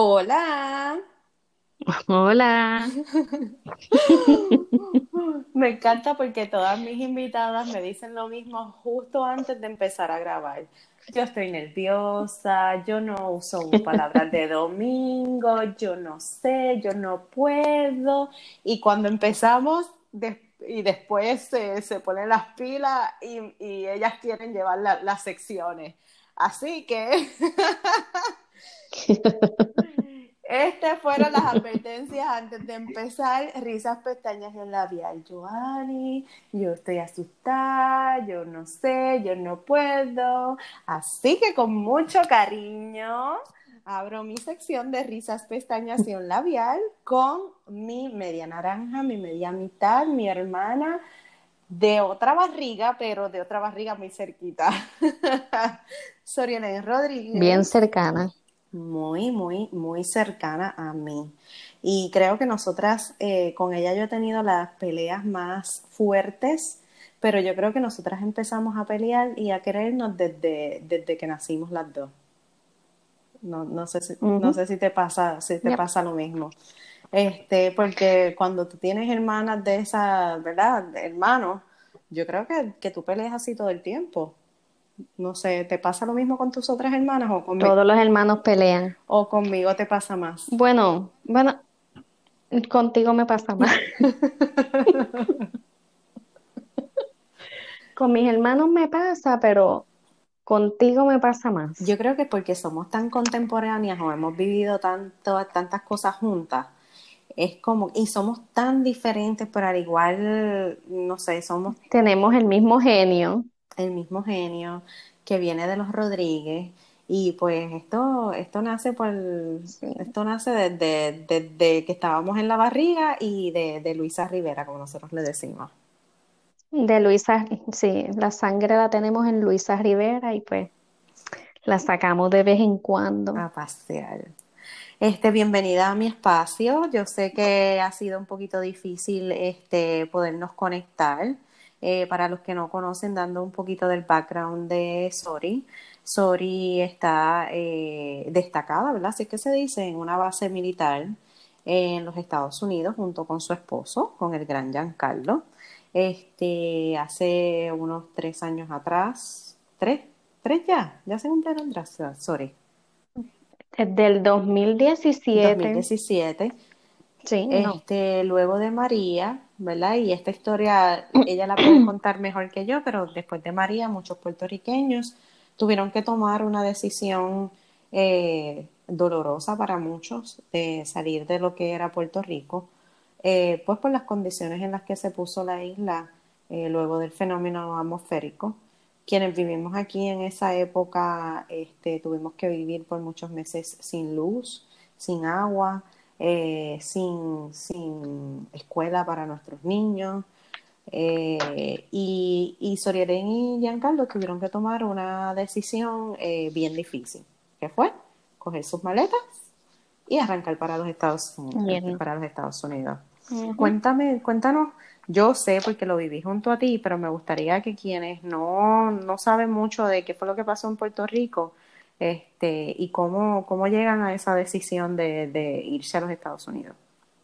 Hola. Hola. Me encanta porque todas mis invitadas me dicen lo mismo justo antes de empezar a grabar. Yo estoy nerviosa, yo no uso palabras de domingo, yo no sé, yo no puedo. Y cuando empezamos y después se ponen las pilas y ellas quieren llevar las secciones. Así que estas fueron las advertencias antes de empezar. Risas, pestañas y un labial. Joanny, yo estoy asustada, yo no sé, yo no puedo. Así que con mucho cariño abro mi sección de risas, pestañas y un labial con mi media naranja, mi media mitad, mi hermana de otra barriga, pero de otra barriga muy cerquita. Soriana Bien Rodríguez, cercana. muy cercana a mí. Y creo que nosotras, con ella yo he tenido las peleas más fuertes, pero yo creo que nosotras empezamos a pelear y a querernos desde que nacimos las dos. No Ujú. sé si te Yep. pasa lo mismo. Porque cuando tú tienes hermanas de esa, ¿verdad? De hermanos, yo creo que tú peleas así todo el tiempo. No sé, ¿te pasa lo mismo con tus otras hermanas Todos los hermanos pelean. o conmigo te pasa más? Bueno, contigo me pasa más. Con mis hermanos me pasa, pero contigo me pasa Yo más. creo que porque somos tan contemporáneas o hemos vivido tantas cosas juntas, es como, y somos tan diferentes, pero al igual, no sé, somos Tenemos el mismo genio. el mismo genio que viene de los Rodríguez. Y pues Sí. esto nace desde que estábamos en la barriga y de Luisa Rivera, como nosotros le decimos. De Luisa, sí, la sangre la tenemos en Luisa Rivera y pues la sacamos de vez en cuando. A pasear. Bienvenida a mi espacio. Yo sé que ha sido un poquito difícil podernos conectar. Para los que no conocen, dando un poquito del background de Sori. Sori está destacada, ¿verdad? Así que se dice, en una base militar en los Estados Unidos junto con su esposo, con el gran Giancarlo. Hace unos 3 años atrás, tres ya se cumplieron atrás, Sori. Desde el 2017. 2017, Sí, no. luego de María, ¿verdad? Y esta historia ella la puede contar mejor que yo, pero después de María, muchos puertorriqueños tuvieron que tomar una decisión dolorosa para muchos de salir de lo que era Puerto Rico, pues por las condiciones en las que se puso la isla luego del fenómeno atmosférico. Quienes vivimos aquí en esa época, tuvimos que vivir por muchos meses sin luz, sin agua, sin escuela para nuestros niños. Y Sorieren y Giancarlo tuvieron que tomar una decisión bien difícil, que fue coger sus maletas y arrancar Bien. para los Estados Unidos. Ujú. Cuéntanos, yo sé porque lo viví junto a ti, pero me gustaría que quienes no saben mucho de qué fue lo que pasó en Puerto Rico, y cómo llegan a esa decisión de irse a los Estados Unidos.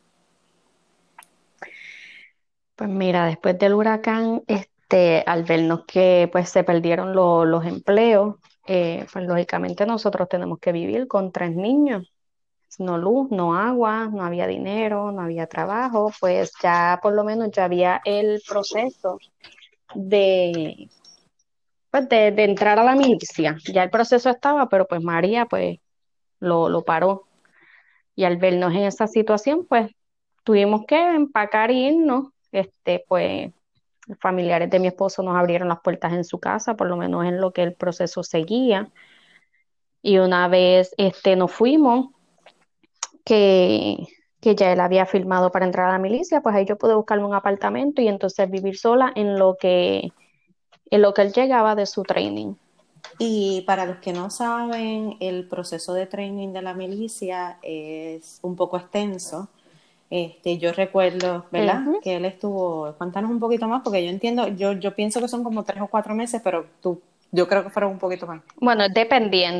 Pues mira, después del huracán, al vernos que pues se perdieron los empleos, pues lógicamente nosotros tenemos que vivir con tres niños, no luz, no agua, no había dinero, no había trabajo, pues ya por lo menos ya había el proceso de, pues de entrar a la milicia, ya el proceso estaba, pero pues María pues lo paró y al vernos en esa situación, pues tuvimos que empacar y irnos, pues familiares de mi esposo nos abrieron las puertas en su casa, por lo menos en lo que el proceso seguía. Y una vez nos fuimos, que, que ya él había firmado para entrar a la milicia, pues ahí yo pude buscarme un apartamento y entonces vivir sola en lo que él llegaba de su training. Y para los que no saben, el proceso de training de la milicia es un poco extenso. Yo recuerdo, ¿verdad? Ujú. Que él estuvo, cuéntanos un poquito más, porque yo entiendo, yo pienso que son como 3 o 4 meses, pero yo creo que fueron un poquito más. Bueno, dependiendo.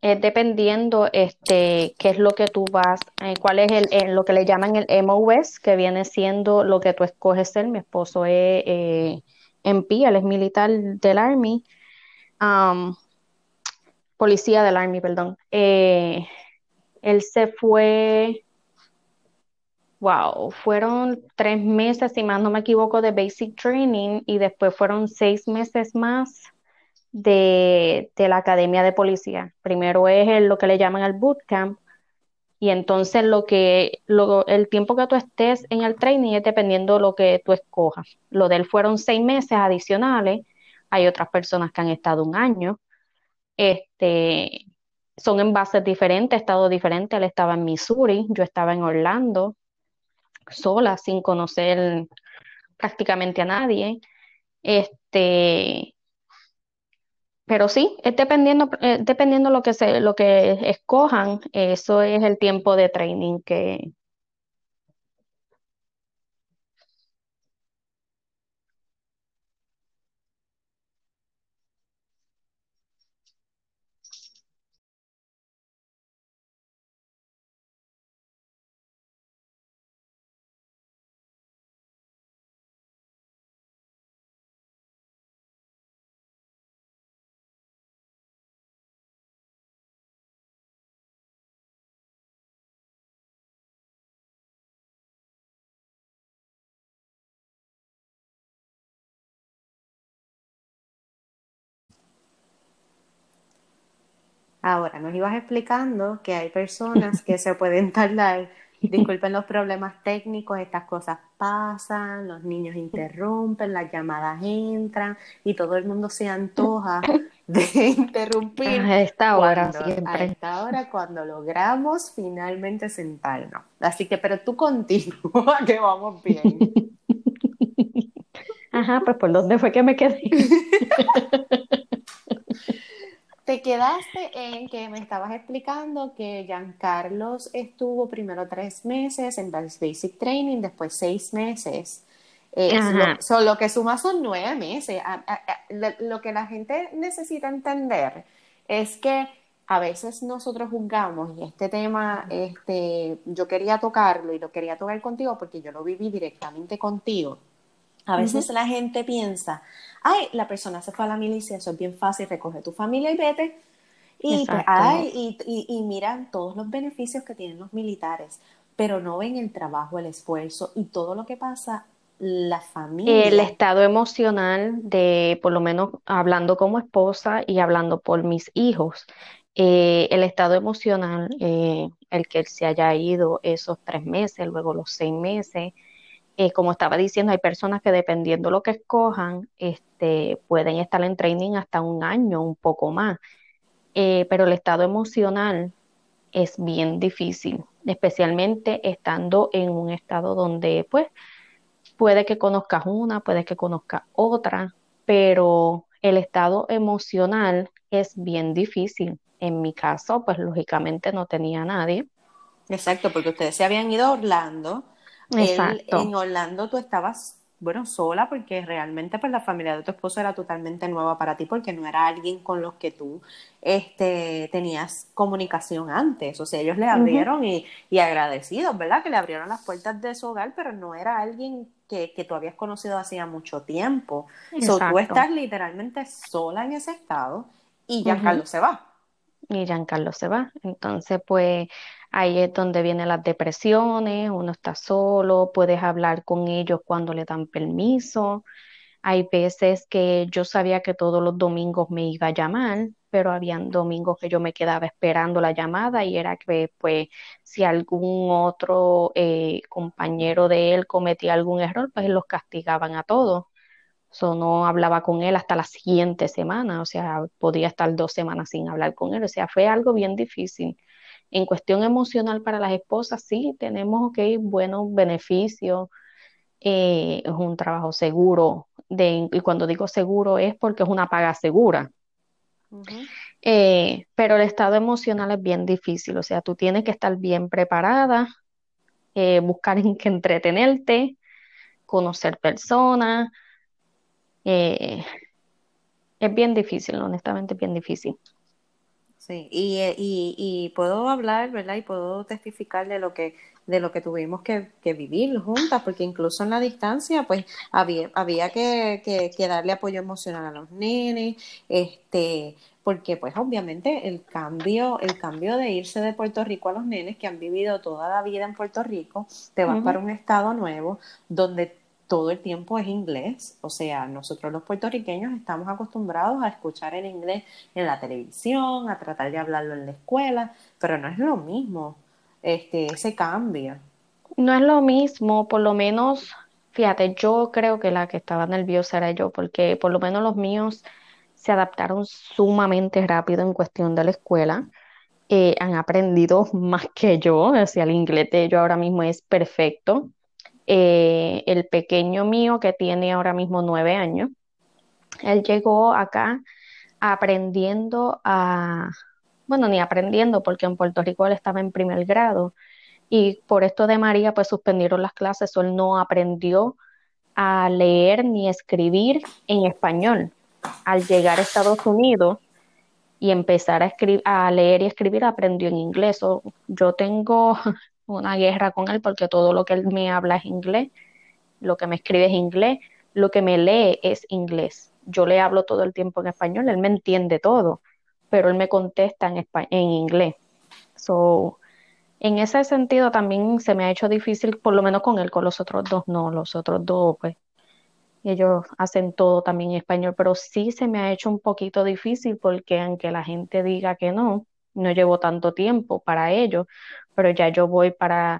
es dependiendo qué es lo que tú vas, cuál es lo que le llaman el MOS, que viene siendo lo que tú escoges ser. Mi esposo es MP, él es militar del Army, um, policía del Army, perdón. Él se fue, wow, fueron 3 meses, si más no me equivoco, de basic training y después fueron 6 meses más de la academia de policía. Primero es lo que le llaman el bootcamp. Y entonces el tiempo que tú estés en el training es dependiendo de lo que tú escojas. Lo de él fueron 6 meses adicionales. Hay otras personas que han estado un año. Este, son en bases diferentes, estados diferentes. Él estaba en Missouri, yo estaba en Orlando, sola, sin conocer prácticamente a nadie. Este, pero sí, es dependiendo lo que escojan, eso es el tiempo de training que. Ahora, nos ibas explicando que hay personas que se pueden tardar, disculpen los problemas técnicos, estas cosas pasan, los niños interrumpen, las llamadas entran y todo el mundo se antoja de interrumpir A esta hora cuando, a siempre. esta hora, cuando logramos finalmente sentarnos. Así que, pero tú continúa, que vamos bien. Ajá, pues ¿por dónde fue que me quedé? Te quedaste en que me estabas explicando que Giancarlos estuvo primero 3 meses en Basic Training, después 6 meses. Ajá, Lo que suma son 9 meses. Lo que la gente necesita entender es que a veces nosotros juzgamos, y este tema yo quería tocarlo y lo quería tocar contigo porque yo lo viví directamente contigo. A veces ujú, la gente piensa, ay, la persona se fue a la milicia, eso es bien fácil, recoge tu familia y vete. Y pues, exacto, no. ay, y miran todos los beneficios que tienen los militares, pero no ven el trabajo, el esfuerzo y todo lo que pasa la El familia. estado emocional de, por lo menos hablando como esposa y hablando por mis hijos, el estado emocional, el que él se haya ido esos 3 meses, luego los 6 meses, como estaba diciendo, hay personas que dependiendo lo que escojan, pueden estar en training hasta un año, un poco más. Pero el estado emocional es bien difícil, especialmente estando en un estado donde, pues, puede que conozcas una, puede que conozcas otra, pero el estado emocional es bien difícil. En mi caso, pues, lógicamente no tenía a nadie. Exacto, porque ustedes se habían ido a Orlando. En Exacto, Orlando tú estabas, bueno, sola porque realmente pues la familia de tu esposo era totalmente nueva para ti porque no era alguien con los que tú tenías comunicación antes. O sea, ellos le ujú, abrieron y agradecidos, ¿verdad? Que le abrieron las puertas de su hogar, pero no era alguien que tú habías conocido hacía mucho tiempo. So, tú exacto. estás literalmente sola en ese estado y Ujú. Giancarlo se va. Y Giancarlo se va. Entonces, pues ahí es donde vienen las depresiones, uno está solo, puedes hablar con ellos cuando le dan permiso. Hay veces que yo sabía que todos los domingos me iba a llamar, pero habían domingos que yo me quedaba esperando la llamada y era que, pues, si algún otro compañero de él cometía algún error, pues los castigaban a todos. So, no hablaba con él hasta la siguiente semana, o sea, podía estar 2 semanas sin hablar con él, o sea, fue algo bien difícil. En cuestión emocional para las esposas, sí, tenemos, ok, buenos beneficios, es un trabajo seguro, y cuando digo seguro es porque es una paga segura. Ujú. Pero el estado emocional es bien difícil, o sea, tú tienes que estar bien preparada, buscar en qué entretenerte, conocer personas, eh, es bien difícil, honestamente es bien difícil. Sí, y puedo hablar, ¿verdad? Y puedo testificar de lo que tuvimos que vivir juntas, porque incluso en la distancia, pues había que darle apoyo emocional a los nenes, porque pues obviamente el cambio de irse de Puerto Rico a los nenes que han vivido toda la vida en Puerto Rico, te vas para Ujú. un estado nuevo donde todo el tiempo es inglés, o sea, nosotros los puertorriqueños estamos acostumbrados a escuchar el inglés en la televisión, a tratar de hablarlo en la escuela, pero no es lo mismo, ese cambio. No es lo mismo, por lo menos, fíjate, yo creo que la que estaba nerviosa era yo, porque por lo menos los míos se adaptaron sumamente rápido en cuestión de la escuela. Han aprendido más que yo, o sea, el inglés de ellos ahora mismo es perfecto. El pequeño mío que tiene ahora mismo 9 años, él llegó acá aprendiendo bueno, ni aprendiendo, porque en Puerto Rico él estaba en primer grado y por esto de María, pues suspendieron las clases, o él no aprendió a leer ni escribir en español. Al llegar a Estados Unidos y empezar a leer y escribir, aprendió en inglés. Yo tengo una guerra con él porque todo lo que él me habla es inglés, lo que me escribe es inglés, lo que me lee es inglés. Yo le hablo todo el tiempo en español, él me entiende todo, pero él me contesta en inglés. So, en ese sentido también se me ha hecho difícil, por lo menos con él, con los otros dos no, los otros dos pues ellos hacen todo también en español, pero sí se me ha hecho un poquito difícil porque aunque la gente diga que no, no llevo tanto tiempo para ello, pero ya yo voy para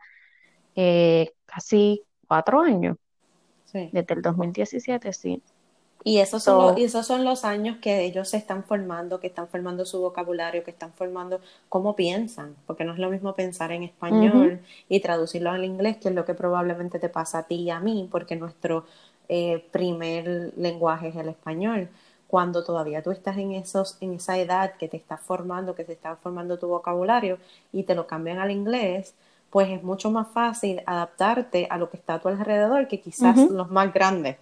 casi 4 años, Sí. desde el 2017 sí. Y So, esos son los años que ellos se están formando, que están formando su vocabulario, que están formando cómo piensan, porque no es lo mismo pensar en ujú, español y traducirlo al inglés, que es lo que probablemente te pasa a ti y a mí, porque nuestro primer lenguaje es el español. Cuando todavía tú estás en esa edad que te estás formando, que se está formando tu vocabulario y te lo cambian al inglés, pues es mucho más fácil adaptarte a lo que está a tu alrededor que quizás ujú, los más grandes.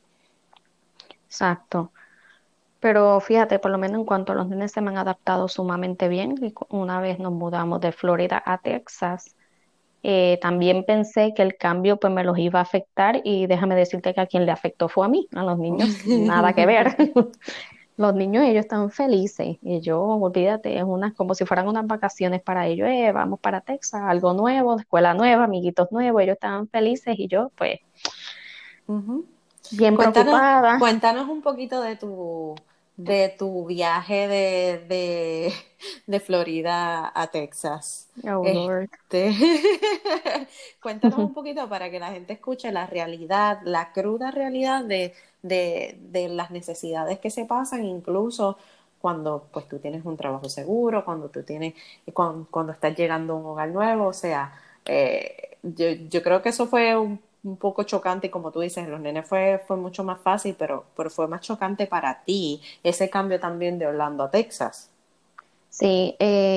exacto. Pero fíjate, por lo menos en cuanto a los nenes se me han adaptado sumamente bien. Y una vez nos mudamos de Florida a Texas. También pensé que el cambio pues me los iba a afectar y déjame decirte que a quien le afectó fue a mí, a los niños nada que ver. Los niños ellos están felices y yo, olvídate, es como si fueran unas vacaciones para ellos, vamos para Texas, algo nuevo, escuela nueva, amiguitos nuevos, ellos estaban felices y yo pues Ujú. bien Cuéntanos, preocupada. cuéntanos un poquito de tu viaje de Florida a Texas. Oh Lord. Este, cuéntanos un poquito para que la gente escuche la realidad, la cruda realidad de las necesidades que se pasan, incluso cuando pues tú tienes un trabajo seguro, cuando estás llegando a un hogar nuevo, o sea, yo creo que eso fue un poco chocante y como tú dices, en los nenes fue mucho más fácil, pero fue más chocante para ti ese cambio también de Orlando a Texas. Sí,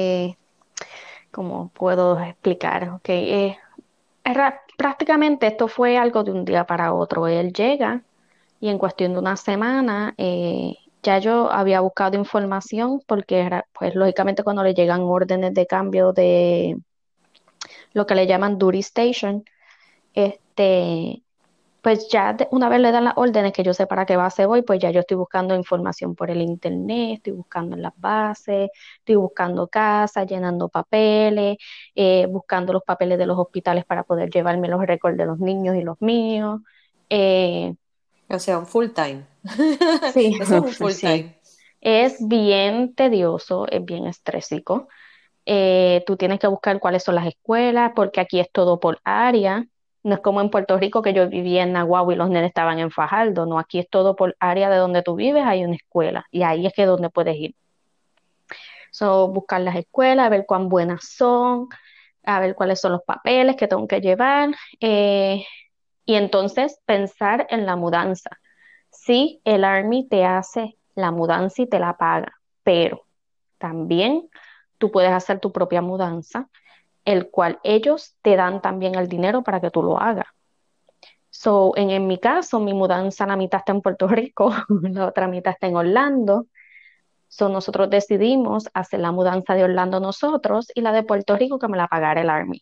¿cómo puedo explicar? Ok, prácticamente esto fue algo de un día para otro. Él llega y en cuestión de una semana ya yo había buscado información porque era, pues lógicamente cuando le llegan órdenes de cambio de lo que le llaman duty station, este, pues ya una vez le dan las órdenes que yo sé para qué base voy, pues ya yo estoy buscando información por el internet, estoy buscando en las bases, estoy buscando casas, llenando papeles, buscando los papeles de los hospitales para poder llevarme los récords de los niños y los míos. Eh, O sea, un full time. sí, Eso es un full sí. time. Es bien tedioso, es bien estrésico. Tú tienes que buscar cuáles son las escuelas, porque aquí es todo por área. No es como en Puerto Rico que yo vivía en Nahuatl y los nenes estaban en Fajardo. No, aquí es todo por área de donde tú vives, hay una escuela y ahí es que es donde puedes ir. So, buscar las escuelas, a ver cuán buenas son, a ver cuáles son los papeles que tengo que llevar y entonces pensar en la mudanza. Sí, el Army te hace la mudanza y te la paga, pero también tú puedes hacer tu propia mudanza, el cual ellos te dan también el dinero para que tú lo hagas. So, en mi caso, mi mudanza, la mitad está en Puerto Rico, la otra mitad está en Orlando. So, nosotros decidimos hacer la mudanza de Orlando nosotros y la de Puerto Rico que me la pagara el Army.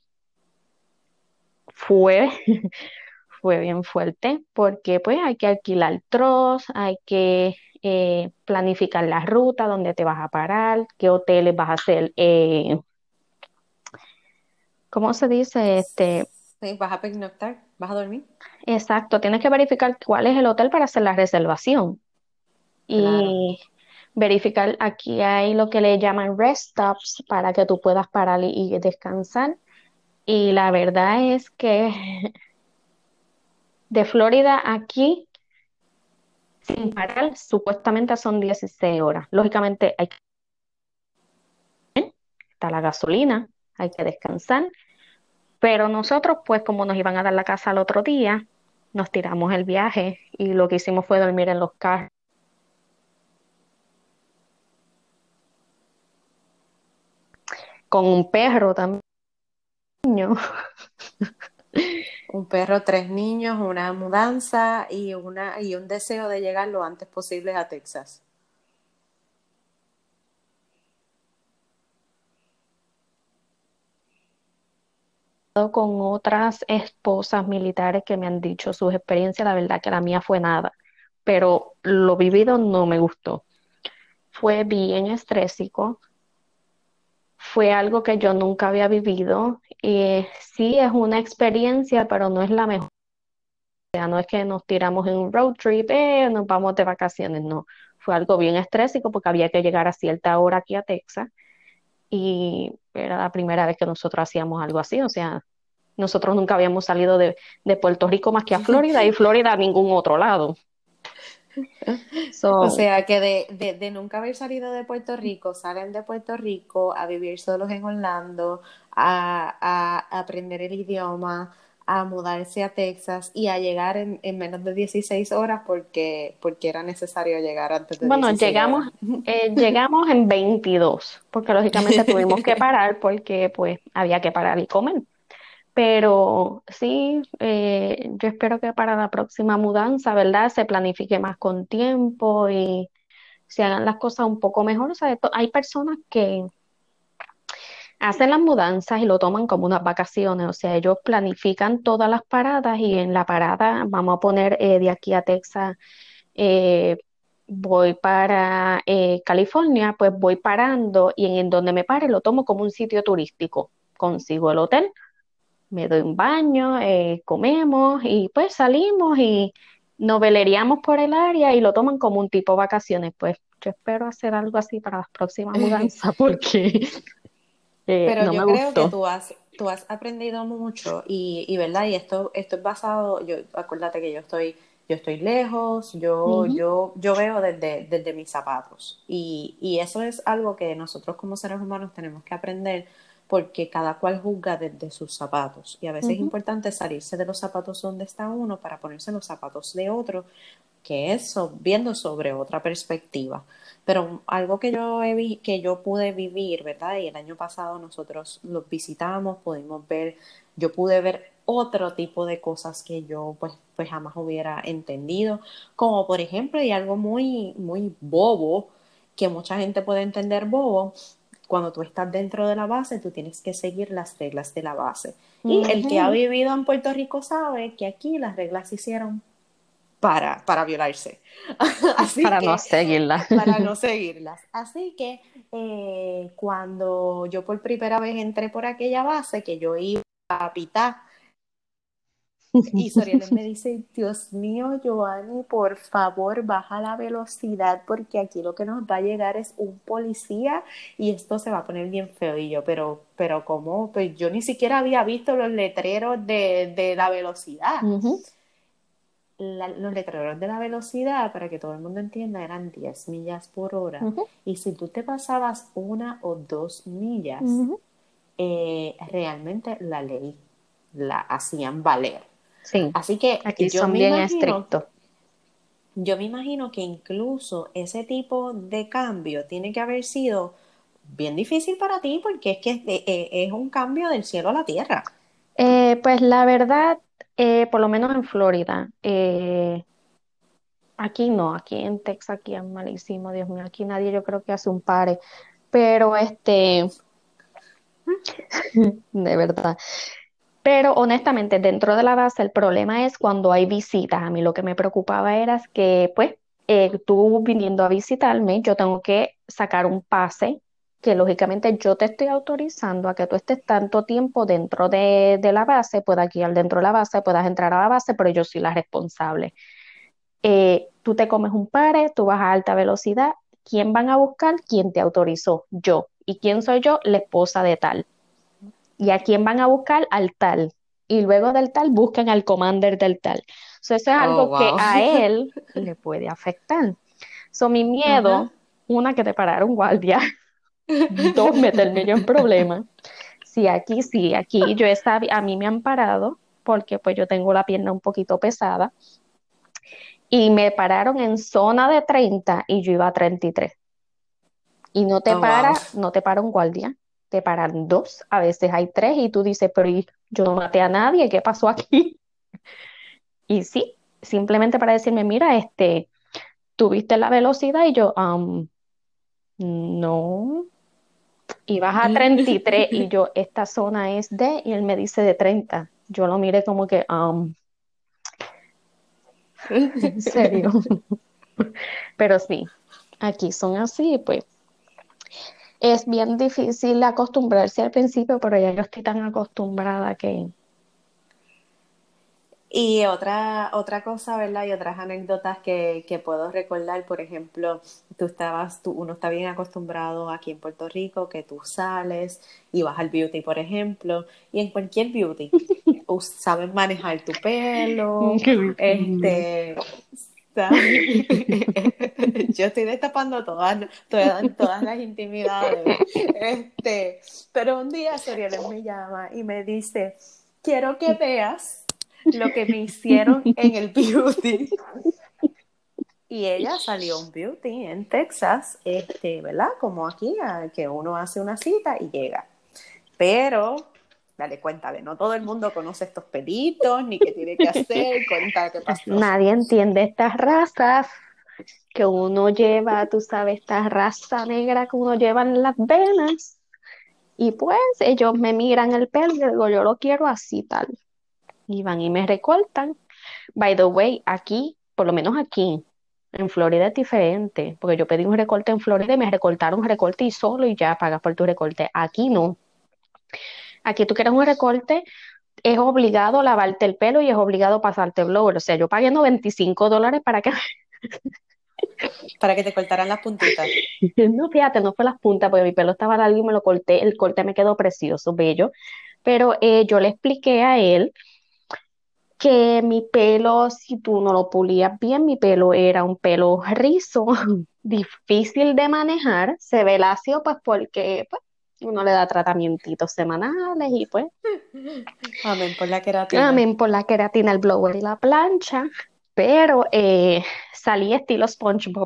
Fue, fue bien fuerte porque pues hay que alquilar troz, hay que planificar la ruta, dónde te vas a parar, qué hoteles vas a hacer, ¿cómo se dice? Sí, vas a pernoctar, vas a dormir. Exacto, tienes que verificar cuál es el hotel para hacer la reservación Claro. y verificar, aquí hay lo que le llaman rest stops para que tú puedas parar y descansar. Y la verdad es que de Florida aquí, sin parar, supuestamente son 16 horas. Lógicamente hay que estar la gasolina, hay que descansar, pero nosotros, pues como nos iban a dar la casa al otro día, nos tiramos el viaje y lo que hicimos fue dormir en los carros con un perro también. Un perro, tres niños, una mudanza y un deseo de llegar lo antes posible a Texas. Con otras esposas militares que me han dicho sus experiencias, la verdad que la mía fue nada, pero lo vivido no me gustó. Fue bien estrésico, fue algo que yo nunca había vivido y sí es una experiencia, pero no es la mejor. O sea, no es que nos tiramos en un road trip, nos vamos de vacaciones, no. Fue algo bien estrésico porque había que llegar a cierta hora aquí a Texas y era la primera vez que nosotros hacíamos algo así, o sea, nosotros nunca habíamos salido de Puerto Rico más que a Florida y Florida a ningún otro lado. O So, sea que de nunca haber salido de Puerto Rico, salen de Puerto Rico a vivir solos en Orlando, a aprender el idioma, a mudarse a Texas y a llegar en menos de 16 horas porque era necesario llegar antes de bueno, 16 horas. llegamos en 22 porque lógicamente tuvimos que parar porque pues había que parar y comer. Pero sí, yo espero que para la próxima mudanza, ¿verdad? Se planifique más con tiempo y se hagan las cosas un poco mejor. O sea, hay personas que hacen las mudanzas y lo toman como unas vacaciones. O sea, ellos planifican todas las paradas y en la parada, vamos a poner de aquí a Texas, eh, voy para California, pues voy parando y en donde me pare lo tomo como un sitio turístico. Consigo el hotel, me doy un baño, comemos y pues salimos y noveleríamos por el área y lo toman como un tipo vacaciones. Pues yo espero hacer algo así para las próximas mudanzas porque Pero no me yo creo que gustó. tú has aprendido mucho y ¿verdad? Y esto es basado, acuérdate que yo estoy lejos, Ujú, yo veo desde mis zapatos. Y eso es algo que nosotros como seres humanos tenemos que aprender porque cada cual juzga desde sus zapatos. Y a veces es ujú, importante salirse de los zapatos donde está uno para ponerse en los zapatos de otro que es viendo sobre otra perspectiva. Pero algo que que yo pude vivir, ¿verdad? Y el año pasado nosotros los visitamos, pudimos ver, yo pude ver otro tipo de cosas que yo pues jamás hubiera entendido, como por ejemplo, y algo muy bobo, que mucha gente puede entender bobo, cuando tú estás dentro de la base, tú tienes que seguir las reglas de la base. Y el que ha ujú. vivido en Puerto Rico sabe que aquí las reglas se hicieron para violarse. Así Para no que, seguirla. para no seguirlas. Así que cuando yo por primera vez entré por aquella base, que yo iba a pitar, y Sorieles me dice, Dios mío, Giovanni, por favor, baja la velocidad porque aquí lo que nos va a llegar es un policía y esto se va a poner bien feo. Y yo, pero ¿cómo? Pues yo ni siquiera había visto los letreros de la velocidad. Ujú, Los letreros de la velocidad, para que todo el mundo entienda, eran 10 millas por hora. ujú, Y si tú te pasabas 1 o 2 millas, ujú. realmente la ley la hacían valer. Sí, Así que aquí son bien estrictos. yo me imagino que incluso ese tipo de cambio tiene que haber sido bien difícil para ti porque es que es un cambio del cielo a la tierra. Pues la verdad, por lo menos en Florida, Aquí no, aquí en Texas, aquí es malísimo, Dios mío, aquí nadie yo creo que hace un pare, pero de verdad. Pero honestamente, dentro de la base, el problema es cuando hay visitas. A mí lo que me preocupaba era que, pues, tú viniendo a visitarme, yo tengo que sacar un pase, que lógicamente yo te estoy autorizando a que tú estés tanto tiempo dentro de la base, puedas guiar dentro de la base, puedas entrar a la base, pero yo soy la responsable. Tú te comes un pare, tú vas a alta velocidad. ¿Quién van a buscar? ¿Quién te autorizó? Yo. ¿Y quién soy yo? La esposa de tal. ¿Y a quién van a buscar? Al tal. Y luego del tal buscan al commander del tal. So, eso es Oh, algo que wow. a él le puede afectar. So, mi Ajá. miedo, una, que te parara un guardia, dos, meterme yo en problemas. Sí, aquí yo he a mí me han parado porque pues yo tengo la pierna un poquito pesada y me pararon en zona de 30 y yo iba a 33. Y Oh, wow. no te para un guardia, te paran dos, a veces hay tres y tú dices, pero yo no maté a nadie, ¿qué pasó aquí? Y sí, simplemente para decirme, mira, tuviste la velocidad y yo, no, ibas a 33 y yo, esta zona es de, y él me dice de 30. Yo lo miré como que, en serio. Pero sí, aquí son así, pues es bien difícil acostumbrarse al principio, pero ya yo estoy tan acostumbrada que Y otra cosa, ¿verdad? Y otras anécdotas que puedo recordar, por ejemplo, uno está bien acostumbrado aquí en Puerto Rico que tú sales y vas al beauty, por ejemplo, y en cualquier beauty saben manejar tu pelo, saben- yo estoy destapando todas las intimidades, pero un día Soriel me llama y me dice, quiero que veas lo que me hicieron en el beauty. Y ella salió a un beauty en Texas, ¿verdad? Como aquí, que uno hace una cita y llega. Pero, dale, cuéntale, no todo el mundo conoce estos pelitos, ni qué tiene que hacer, cuéntale qué pasó. nadie entiende estas razas que uno lleva, tú sabes, esta raza negra que uno lleva en las venas. Y pues ellos me miran el pelo y yo digo, yo lo quiero así tal. Y van y me recortan. By the way, aquí, por lo menos aquí, en Florida es diferente, porque yo pedí un recorte en Florida y me recortaron un recorte y solo y ya pagas por tu recorte. Aquí no. Aquí tú quieres un recorte, es obligado lavarte el pelo y es obligado pasarte blower. O sea, yo pagué $95 para que... Para que te cortaran las puntitas. No, fíjate, no fue las puntas, porque mi pelo estaba largo y me lo corté. El corte me quedó precioso, bello. Pero yo le expliqué a él que mi pelo, si tú no lo pulías bien, mi pelo era un pelo rizo, difícil de manejar. Se ve lacio, pues porque pues, uno le da tratamientos semanales y pues, Amén por la queratina. amén por la queratina, el blower y la plancha. Pero salí estilo SpongeBob.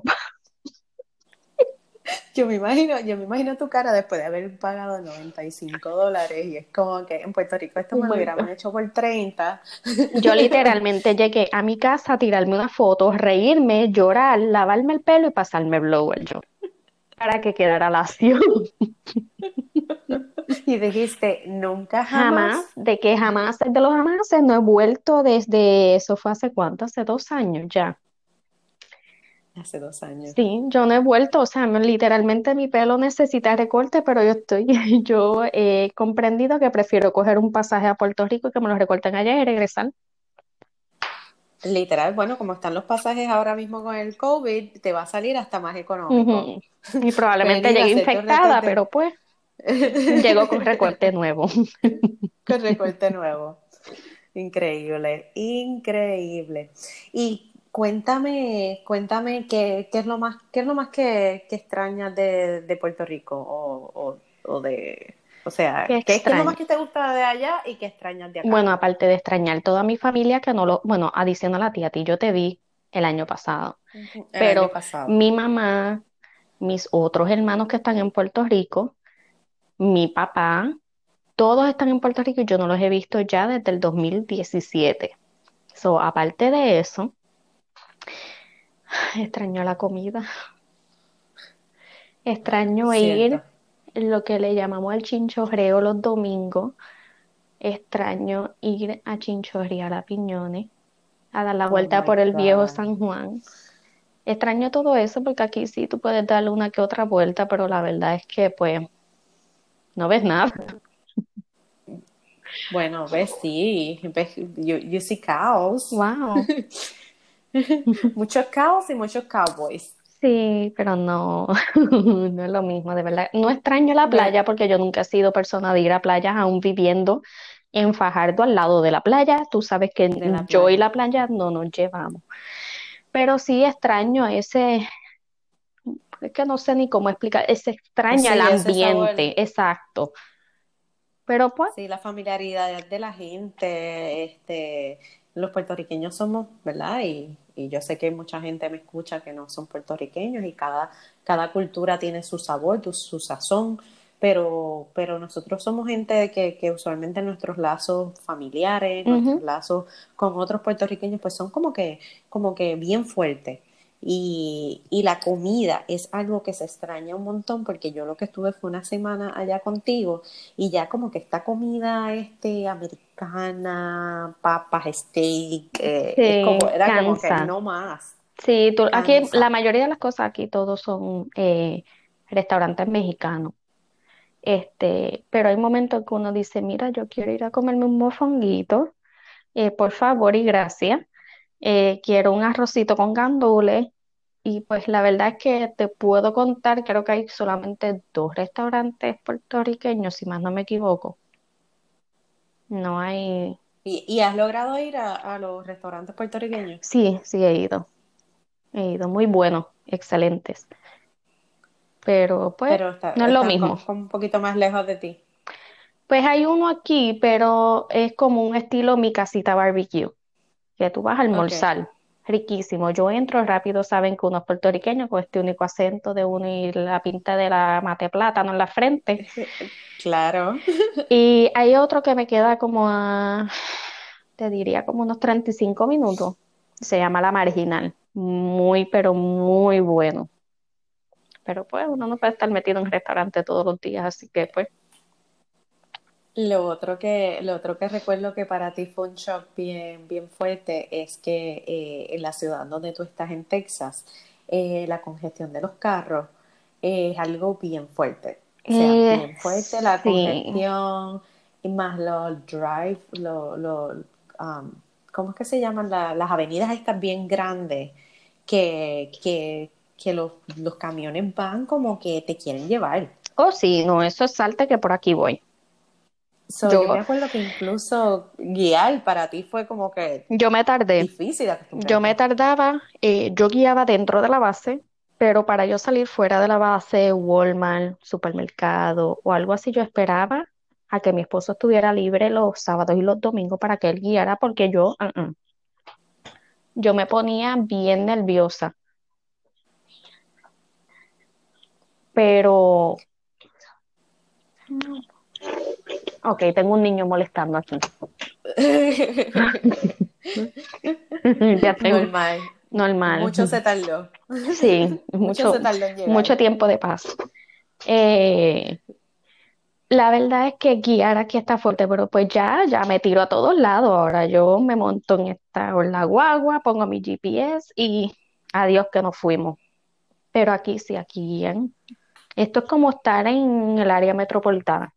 Yo me imagino tu cara después de haber pagado $95 y es como que en Puerto Rico esto Oh me lo my hubiéramos God. hecho por 30. Yo literalmente llegué a mi casa a tirarme una foto, reírme, llorar, lavarme el pelo y pasarme blower yo, para que quedara lacio. Y dijiste, nunca Jamás, jamás, de que jamás, de los jamases, no he vuelto desde, eso fue hace cuánto, hace 2 años ya. hace 2 años. Sí, yo no he vuelto, o sea, literalmente mi pelo necesita recorte, pero yo he comprendido que prefiero coger un pasaje a Puerto Rico y que me lo recorten allá y regresar. Literal, bueno, como están los pasajes ahora mismo con el COVID, te va a salir hasta más económico. Ujú. Y probablemente Venir a llegue hacerte un infectada, recorte, pero pues llego con recorte nuevo. con recorte nuevo. Increíble, increíble. Y cuéntame qué es lo más que extrañas de Puerto Rico o Qué sea, ¿qué es lo extraño. más que te gusta de allá y qué extrañas de acá? Bueno, aparte de extrañar toda mi familia, que no lo, bueno, adicional a ti, yo te vi el año pasado, Ujú. El año pero pasado. mi mamá, mis otros hermanos que están en Puerto Rico, mi papá, todos están en Puerto Rico y yo no los he visto ya desde el 2017. So, aparte de eso, Extraño la comida. Extraño Cierto. ir lo que le llamamos el chinchorreo los domingos. Extraño ir a chinchorrear a Piñones, a dar la Oh vuelta my por el viejo God. San Juan. Extraño todo eso porque aquí sí tú puedes darle una que otra vuelta, pero la verdad es que pues no ves nada. Bueno, ves, sí. Ves, you see cows. Wow. Muchos cows y muchos cowboys. Sí, pero no, no es lo mismo, de verdad. No extraño la No es playa porque yo nunca he sido persona de ir a playas, aún viviendo en Fajardo, al lado de la playa. Tú sabes que de la yo y playa. la playa no nos llevamos. Pero sí extraño ese, es que no sé ni cómo explicar, ese extraña el Sí, ese sabor. ambiente, exacto. Pero pues, Sí, la familiaridad de la gente, los puertorriqueños somos, ¿verdad? Y yo sé que mucha gente me escucha que no son puertorriqueños y cada cultura tiene su sabor, su sazón, pero nosotros somos gente que usualmente nuestros lazos familiares, nuestros ujú, lazos con otros puertorriqueños, pues son como que bien fuertes. Y la comida es algo que se extraña un montón porque yo lo que estuve fue una semana allá contigo y ya como que esta comida americana, papas, steak, sí, era como que cansa. no más, Sí, aquí la cansa. mayoría de las cosas aquí todos son restaurantes mexicanos. Pero hay momentos que uno dice, mira, yo quiero ir a comerme un mofonguito, por favor y gracias. Quiero un arrocito con gandules. Y pues la verdad es que te puedo contar, creo que hay solamente dos restaurantes puertorriqueños, si más no me equivoco. No hay. Y has logrado ir a los restaurantes puertorriqueños? Sí, sí he ido. He ido, muy buenos, excelentes. Pero pues Pero no es lo están mismo. como un poquito más lejos de ti. Pues hay uno aquí, pero es como un estilo mi casita barbecue, que tú vas a Ok. almorzar. Riquísimo. Yo entro rápido, saben que uno es puertorriqueño con este único acento de uno y la pinta de la mate plátano en la frente. Claro. Y hay otro que me queda como a, te diría como unos 35 minutos. Se llama La Marginal. Muy, pero muy bueno. Pero pues uno no puede estar metido en un restaurante todos los días, así que pues. Lo otro que recuerdo que para ti fue un shock bien fuerte es que en la ciudad donde tú estás en Texas, la congestión de los carros es algo bien fuerte. O sea, bien fuerte la Sí. congestión y más los drive, ¿cómo es que se llaman? Las avenidas estas bien grandes que los camiones van como que te quieren llevar. Oh, sí, no, eso es salte que por aquí voy. So, yo Yo, me acuerdo que incluso guiar para ti fue como que yo me tardé. difícil de Yo me acostumbrarte. tardaba, yo guiaba dentro de la base, pero para yo salir fuera de la base, Walmart, supermercado o algo así, yo esperaba a que mi esposo estuviera libre los sábados y los domingos para que él guiara, porque yo me ponía bien nerviosa. Pero, ok, tengo un niño molestando aquí. Ya tengo, Normal. normal. Mucho se tardó. Sí, Mucho mucho, se tardó en llegar. mucho tiempo de paz. Eh, la verdad es que guiar aquí está fuerte, pero pues ya me tiro a todos lados. Ahora yo me monto en la guagua, pongo mi GPS y adiós que nos fuimos. Pero aquí sí, aquí guían. Esto es como estar en el área metropolitana.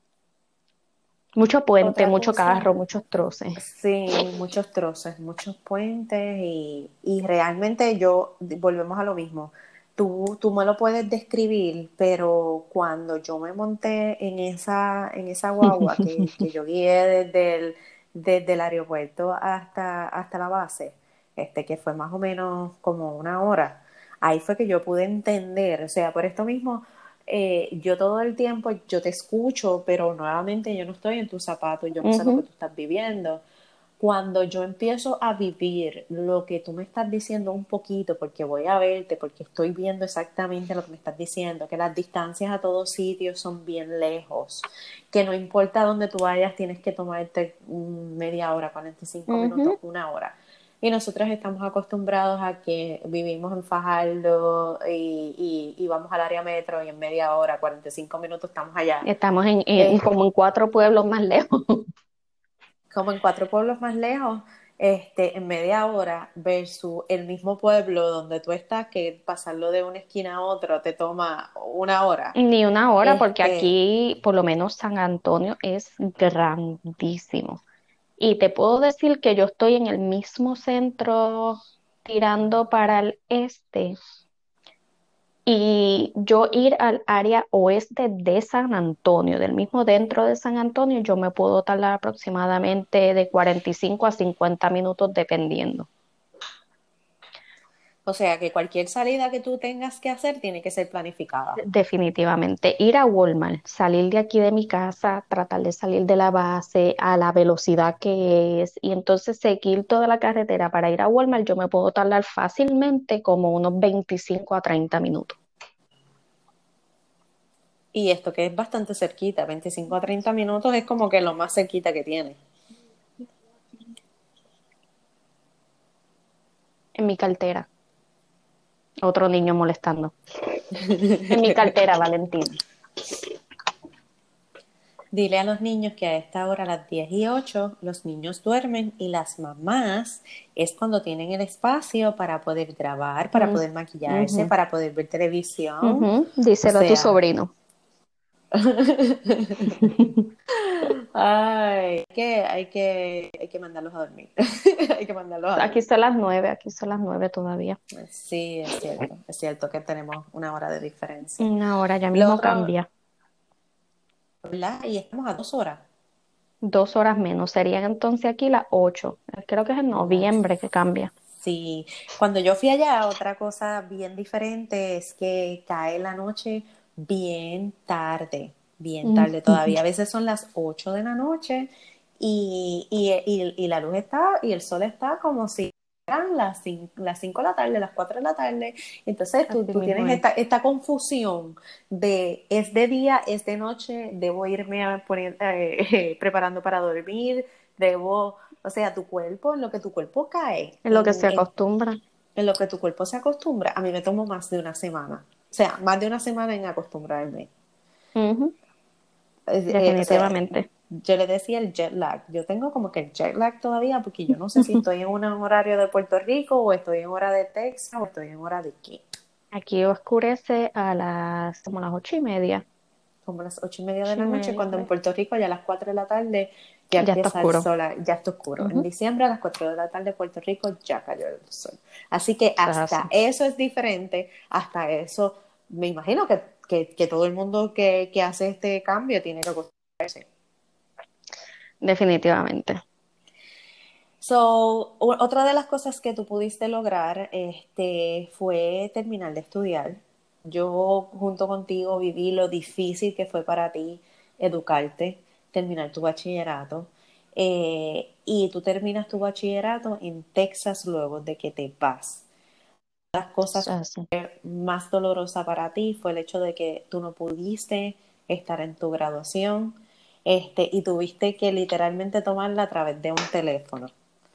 Mucho puente, Otra mucho cosa, carro, muchos troces. sí, muchos troces, muchos puentes y realmente volvemos a lo mismo. Tú me lo puedes describir, pero cuando yo me monté en esa guagua que yo guié desde el aeropuerto hasta la base, que fue más o menos como una hora, ahí fue que yo pude entender, o sea, por esto mismo yo todo el tiempo, yo te escucho, pero nuevamente yo no estoy en tus zapatos, yo no sé lo que Ujú, tú estás viviendo. Cuando yo empiezo a vivir lo que tú me estás diciendo un poquito, porque voy a verte, porque estoy viendo exactamente lo que me estás diciendo, que las distancias a todos sitios son bien lejos, que no importa dónde tú vayas, tienes que tomarte media hora, 45 minutos, ujú. una hora. Y nosotros estamos acostumbrados a que vivimos en Fajardo y vamos al área metro y en media hora, 45 minutos estamos allá. Estamos Eh, como en 4 pueblos más lejos. Como en 4 pueblos más lejos, en media hora, versus el mismo pueblo donde tú estás, que pasarlo de una esquina a otra te toma 1 hora. Ni una hora, porque Este, aquí, por lo menos San Antonio, es grandísimo. Y te puedo decir que yo estoy en el mismo centro tirando para el este. Y yo ir al área oeste de San Antonio, del mismo dentro de San Antonio, yo me puedo tardar aproximadamente de 45 a 50 minutos dependiendo. o sea que cualquier salida que tú tengas que hacer tiene que ser planificada. Definitivamente, ir a Walmart, salir de aquí de mi casa, tratar de salir de la base a la velocidad que es y entonces seguir toda la carretera para ir a Walmart, yo me puedo tardar fácilmente como unos 25 a 30 minutos. Y esto que es bastante cerquita, 25 a 30 minutos es como que lo más cerquita que tiene. En mi cartera, otro niño molestando. En mi cartera, Valentina. Dile a los niños que a esta hora, a las 10:08, los niños duermen y las mamás es cuando tienen el espacio para poder grabar, para Mm, poder maquillarse, ujú, para poder ver televisión. ujú. O Díselo a tu sea, sobrino. ay, hay que mandarlos a dormir. Hay que mandarlos a Aquí dormir. son las 9, aquí son las 9 todavía. Sí, es cierto que tenemos 1 hora de diferencia. Una hora ya Lo mismo otro, cambia. ¿verdad? Y estamos a 2 horas. 2 horas menos. Serían entonces aquí las 8. Creo que es en Las noviembre que cambia. Sí, cuando yo fui allá, otra cosa bien diferente es que cae la noche bien tarde todavía. A veces son las 8 de la noche y la luz está y el sol está como si eran las 5 de la tarde, las 4 de la tarde. Entonces tú, Así tú mismo tienes es. esta confusión de es de día, es de noche, debo irme a poner, preparando para dormir, debo... O sea, tu cuerpo, en lo que tu cuerpo cae, Es lo que se acostumbra. en lo que tu cuerpo se acostumbra, a mí me tomó más de una semana. O sea, más de una semana en acostumbrarme. Ujú, O sea, definitivamente. yo le decía el jet lag. Yo tengo como que el jet lag todavía porque yo no sé si estoy en un horario de Puerto Rico o estoy en hora de Texas o estoy en hora de qué. Aquí oscurece como las 8:30. Como las 8:30 de Ocho la y noche, media, cuando por en ahí. Puerto Rico ya a las 4 de la tarde ya Ya está empieza el oscuro. sol, ya está oscuro. En Ujú, diciembre a las 4 de la tarde Puerto Rico ya cayó el sol. Así que eso es así. hasta eso es diferente, hasta eso me imagino que todo el mundo que hace este cambio tiene que acostumbrarse. Definitivamente. Otra de las cosas que tú pudiste lograr fue terminar de estudiar. Yo junto contigo viví lo difícil que fue para ti educarte, terminar tu bachillerato. Y tú terminas tu bachillerato en Texas luego de que te vas. Las Eso cosas es así. más dolorosa para ti fue el hecho de que tú no pudiste estar en tu graduación, y tuviste que literalmente tomarla a través de un teléfono.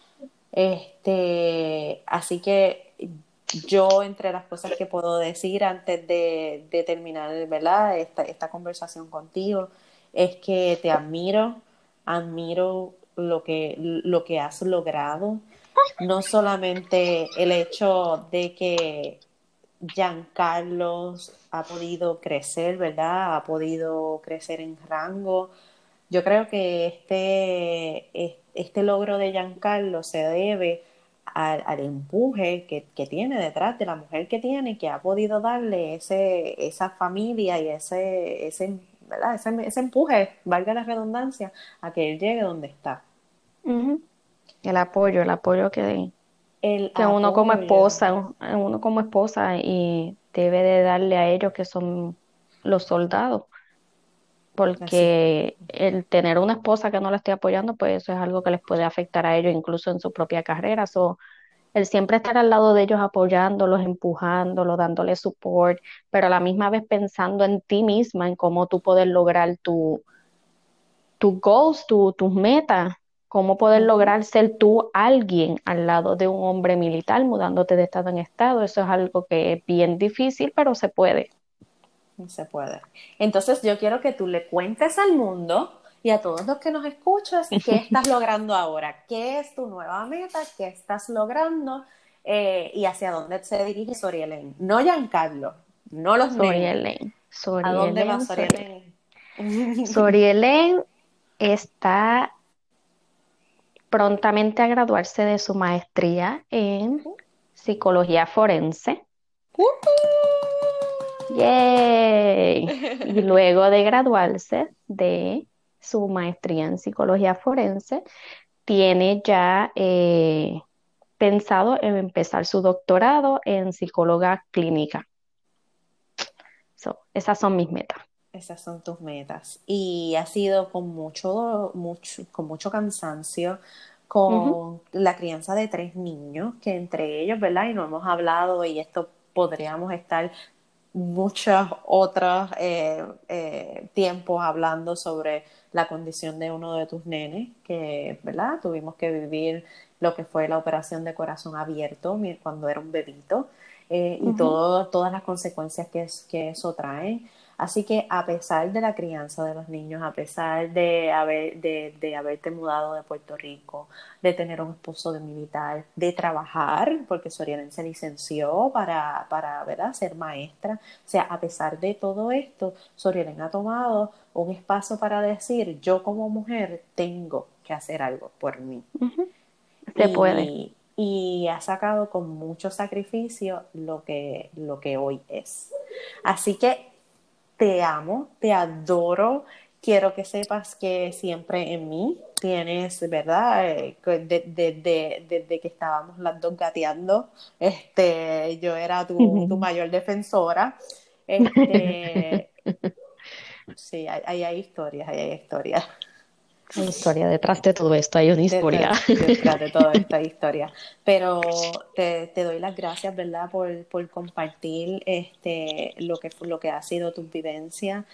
Así que yo, entre las cosas que puedo decir antes de terminar, ¿verdad? Esta conversación contigo, es que te admiro lo que has logrado. No solamente el hecho de que Giancarlos ha podido crecer, ¿verdad? Ha podido crecer en rango. Yo creo que este logro de Giancarlo se debe al empuje que tiene detrás de la mujer que tiene, que ha podido darle esa familia y ¿verdad? Ese empuje, valga la redundancia, a que él llegue donde está. Ujú. El apoyo El que apoyo, uno como esposa y debe de darle a ellos que son los soldados, así, porque el tener una esposa que no la esté apoyando, pues eso es algo que les puede afectar a ellos incluso en su propia carrera. So, el siempre estar al lado de ellos apoyándolos, empujándolos, dándoles support, pero a la misma vez pensando en ti misma, en cómo tú poder lograr tus goals, tus metas, cómo poder Ujú. lograr ser tú alguien al lado de un hombre militar, mudándote de estado en estado. Eso es algo que es bien difícil, pero se puede. No se puede. Entonces yo quiero que tú le cuentes al mundo y a todos los que nos escuchas qué estás logrando ahora, qué es tu nueva meta, qué estás logrando y hacia dónde se dirige Sorielén. No Giancarlo, no los nenes. Sorielén, ¿A dónde va Sorielén, Sorielén. Sorielén? Sorielén está prontamente a graduarse de su maestría en psicología forense. ¡Yay! Y luego de graduarse de su maestría en psicología forense, tiene ya pensado en empezar su doctorado en psicóloga clínica. Esas son mis metas. Esas son tus metas. Y ha sido con con mucho cansancio, Ujú, con la crianza de tres niños, que entre ellos, ¿verdad? Y no hemos hablado, y esto podríamos estar muchos otros tiempos hablando sobre la condición de uno de tus nenes, que, ¿verdad? Tuvimos que vivir lo que fue la operación de corazón abierto cuando era un bebito y ujú. todas las consecuencias que eso trae. Así que a pesar de la crianza de los niños, a pesar de haberte mudado de Puerto Rico, de tener un esposo de militar, de trabajar, porque Soriana se licenció ¿verdad? Ser maestra. O sea, a pesar de todo esto, Soriana ha tomado un espacio para decir, yo como mujer tengo que hacer algo por mí. Ujú. Se puede. Y ha sacado con mucho sacrificio lo que hoy es. Así que te amo, te adoro. Quiero que sepas que siempre en mí tienes, ¿verdad? Desde que estábamos las dos gateando, yo era tu mayor defensora. Este, sí, hay historias, hay historias Hay historia detrás de todo esto, hay una historia. detrás de toda esta historia. Pero te doy las gracias, ¿verdad? Por compartir lo que ha sido tu vivencia,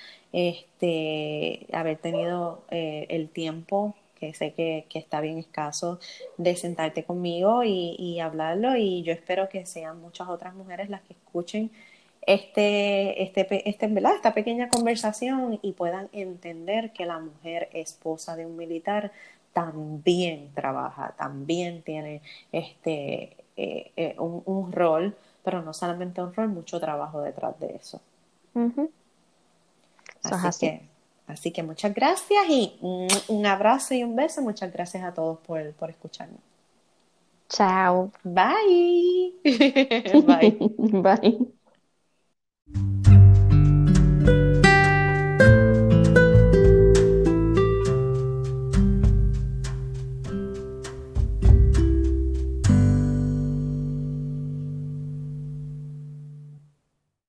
haber tenido el tiempo, que sé que está bien escaso, de sentarte conmigo y hablarlo. Y yo espero que sean muchas otras mujeres las que escuchen ¿verdad? Esta pequeña conversación y puedan entender que la mujer esposa de un militar también trabaja, también tiene un rol, pero no solamente un rol, mucho trabajo detrás de eso. Ujú. Eso es Así así. que, así que muchas gracias y un abrazo y un beso. Muchas gracias a todos por escucharnos. Chao. Bye. Bye. Bye.